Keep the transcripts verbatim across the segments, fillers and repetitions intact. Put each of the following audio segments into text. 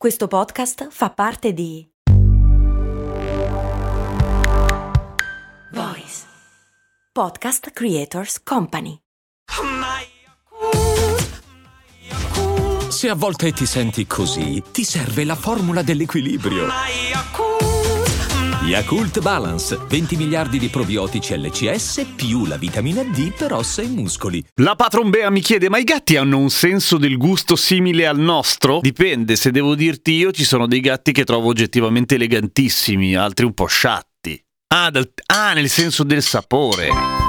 Questo podcast fa parte di Voice Podcast Creators Company. Se a volte ti senti così, ti serve la formula dell'equilibrio. Yakult Balance, venti miliardi di probiotici L C S più la vitamina D per ossa e muscoli. La patron Bea mi chiede: ma i gatti hanno un senso del gusto simile al nostro? Dipende, se devo dirti io, ci sono dei gatti che trovo oggettivamente elegantissimi, altri un po' sciatti. Ah, dal... ah nel senso del sapore.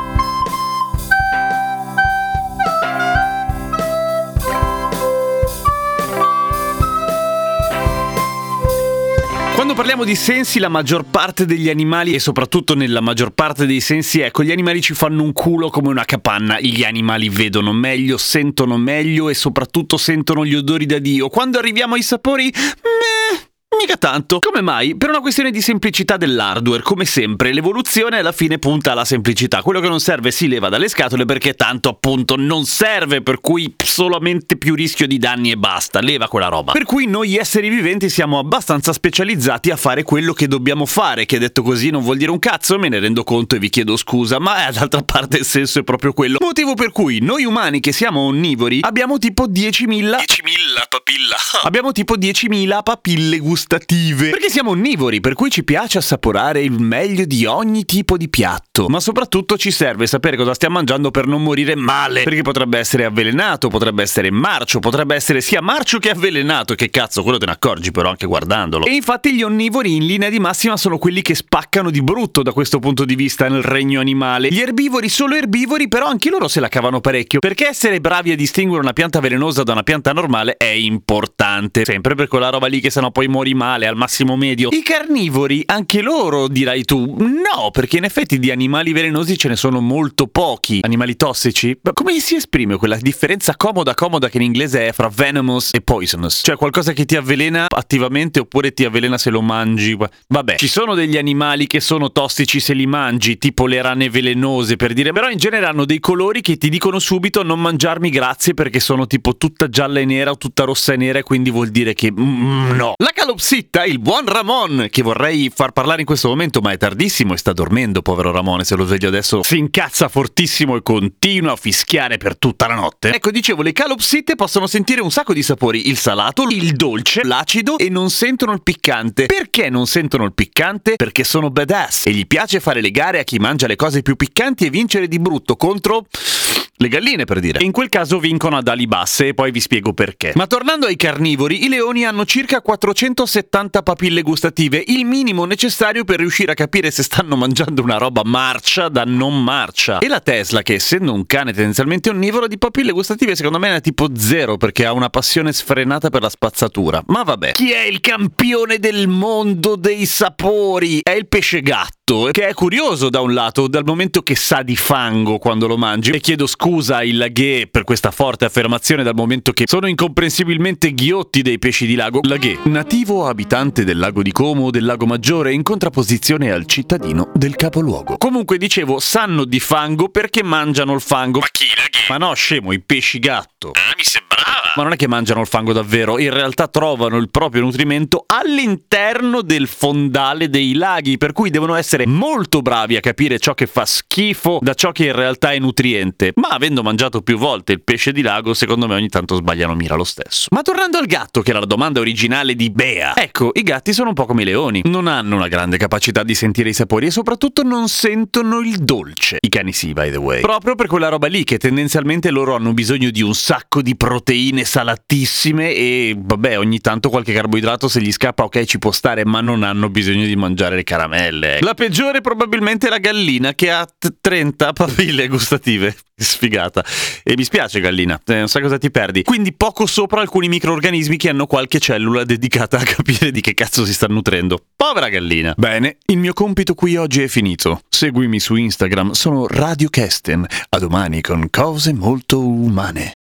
Quando parliamo di sensi, la maggior parte degli animali, e soprattutto nella maggior parte dei sensi, ecco, gli animali ci fanno un culo come una capanna. Gli animali vedono meglio, sentono meglio e soprattutto sentono gli odori da Dio. Quando arriviamo ai sapori, meh, mica tanto. Come mai? Per una questione di semplicità dell'hardware. Come sempre, l'evoluzione alla fine punta alla semplicità. Quello che non serve si leva dalle scatole perché tanto appunto non serve, per cui solamente più rischio di danni e basta. Leva quella roba. Per cui noi esseri viventi siamo abbastanza specializzati a fare quello che dobbiamo fare, che detto così non vuol dire un cazzo, me ne rendo conto e vi chiedo scusa, ma eh, d'altra parte il senso è proprio quello. Motivo per cui noi umani, che siamo onnivori, abbiamo tipo diecimila diecimila papilla. Abbiamo tipo diecimila papille gustative. Perché siamo onnivori, per cui ci piace assaporare il meglio di ogni tipo di piatto. Ma soprattutto ci serve sapere cosa stiamo mangiando per non morire male. Perché potrebbe essere avvelenato, potrebbe essere marcio, potrebbe essere sia marcio che avvelenato. Che cazzo, quello te ne accorgi però anche guardandolo. E infatti gli onnivori in linea di massima sono quelli che spaccano di brutto da questo punto di vista nel regno animale. Gli erbivori solo erbivori, però anche loro se la cavano parecchio. Perché essere bravi a distinguere una pianta velenosa da una pianta normale è importante. Sempre per quella roba lì che sennò poi muori male, al massimo medio. I carnivori, anche loro dirai tu. No, perché in effetti di animali velenosi ce ne sono molto pochi. Animali tossici? Ma come si esprime quella differenza comoda comoda che in inglese è fra venomous e poisonous? Cioè qualcosa che ti avvelena attivamente oppure ti avvelena se lo mangi. Vabbè, ci sono degli animali che sono tossici se li mangi, tipo le rane velenose per dire, però in genere hanno dei colori che ti dicono subito non mangiarmi grazie perché sono tipo tutta gialla e nera o tutta rossa e nera e quindi vuol dire che mm, no. La calopsitta, il buon Ramon, che vorrei far parlare in questo momento ma è tardissimo e sta dormendo, povero Ramone, se lo sveglio adesso si incazza fortissimo e continua a fischiare per tutta la notte. Ecco, dicevo, le calopsitte possono sentire un sacco di sapori, il salato, il dolce, l'acido e non sentono il piccante. Perché non sentono il piccante? Perché sono badass e gli piace fare le gare a chi mangia le cose più piccanti e vincere di brutto contro le galline, per dire. E in quel caso vincono ad ali basse e poi vi spiego perché. Ma tornando ai carnivori, i leoni hanno circa quattrocentosettanta papille gustative, il minimo necessario per riuscire a capire se stanno mangiando una roba marcia da non marcia. E la Tesla, che essendo un cane tendenzialmente onnivoro, di papille gustative secondo me è tipo zero, perché ha una passione sfrenata per la spazzatura. Ma vabbè. Chi è il campione del mondo dei sapori? È il pesce gatto, che è curioso da un lato, dal momento che sa di fango quando lo mangi. E chiedo scusa ai laghè per questa forte affermazione, dal momento che sono incomprensibilmente ghiotti dei pesci di lago. Laghè, nativo abitante del lago di Como o del lago Maggiore, in contrapposizione al cittadino del capoluogo. Comunque dicevo, sanno di fango perché mangiano il fango. Ma chi laghè? Ma no, scemo, i pesci gatto. Ah, mi sembrava. Ma non è che mangiano il fango davvero, in realtà trovano il proprio nutrimento all'interno del fondale dei laghi, per cui devono essere molto bravi a capire ciò che fa schifo da ciò che in realtà è nutriente. Ma avendo mangiato più volte il pesce di lago, secondo me ogni tanto sbagliano mira lo stesso. Ma tornando al gatto, che era la domanda originale di Bea, ecco, i gatti sono un po' come i leoni. Non hanno una grande capacità di sentire i sapori e soprattutto non sentono il dolce. I cani sì, by the way. Proprio per quella roba lì che tendenzialmente loro hanno bisogno di un sacco di proteine salatissime e vabbè, ogni tanto qualche carboidrato se gli scappa ok ci può stare, ma non hanno bisogno di mangiare le caramelle. La peggiore probabilmente è la gallina, che ha t- trenta papille gustative. Sfigata. E mi spiace gallina, eh, non sai cosa ti perdi. Quindi poco sopra alcuni microrganismi che hanno qualche cellula dedicata a capire di che cazzo si sta nutrendo. Povera gallina. Bene, il mio compito qui oggi è finito. Seguimi su Instagram, sono Radio Kesten. A domani con cose molto umane.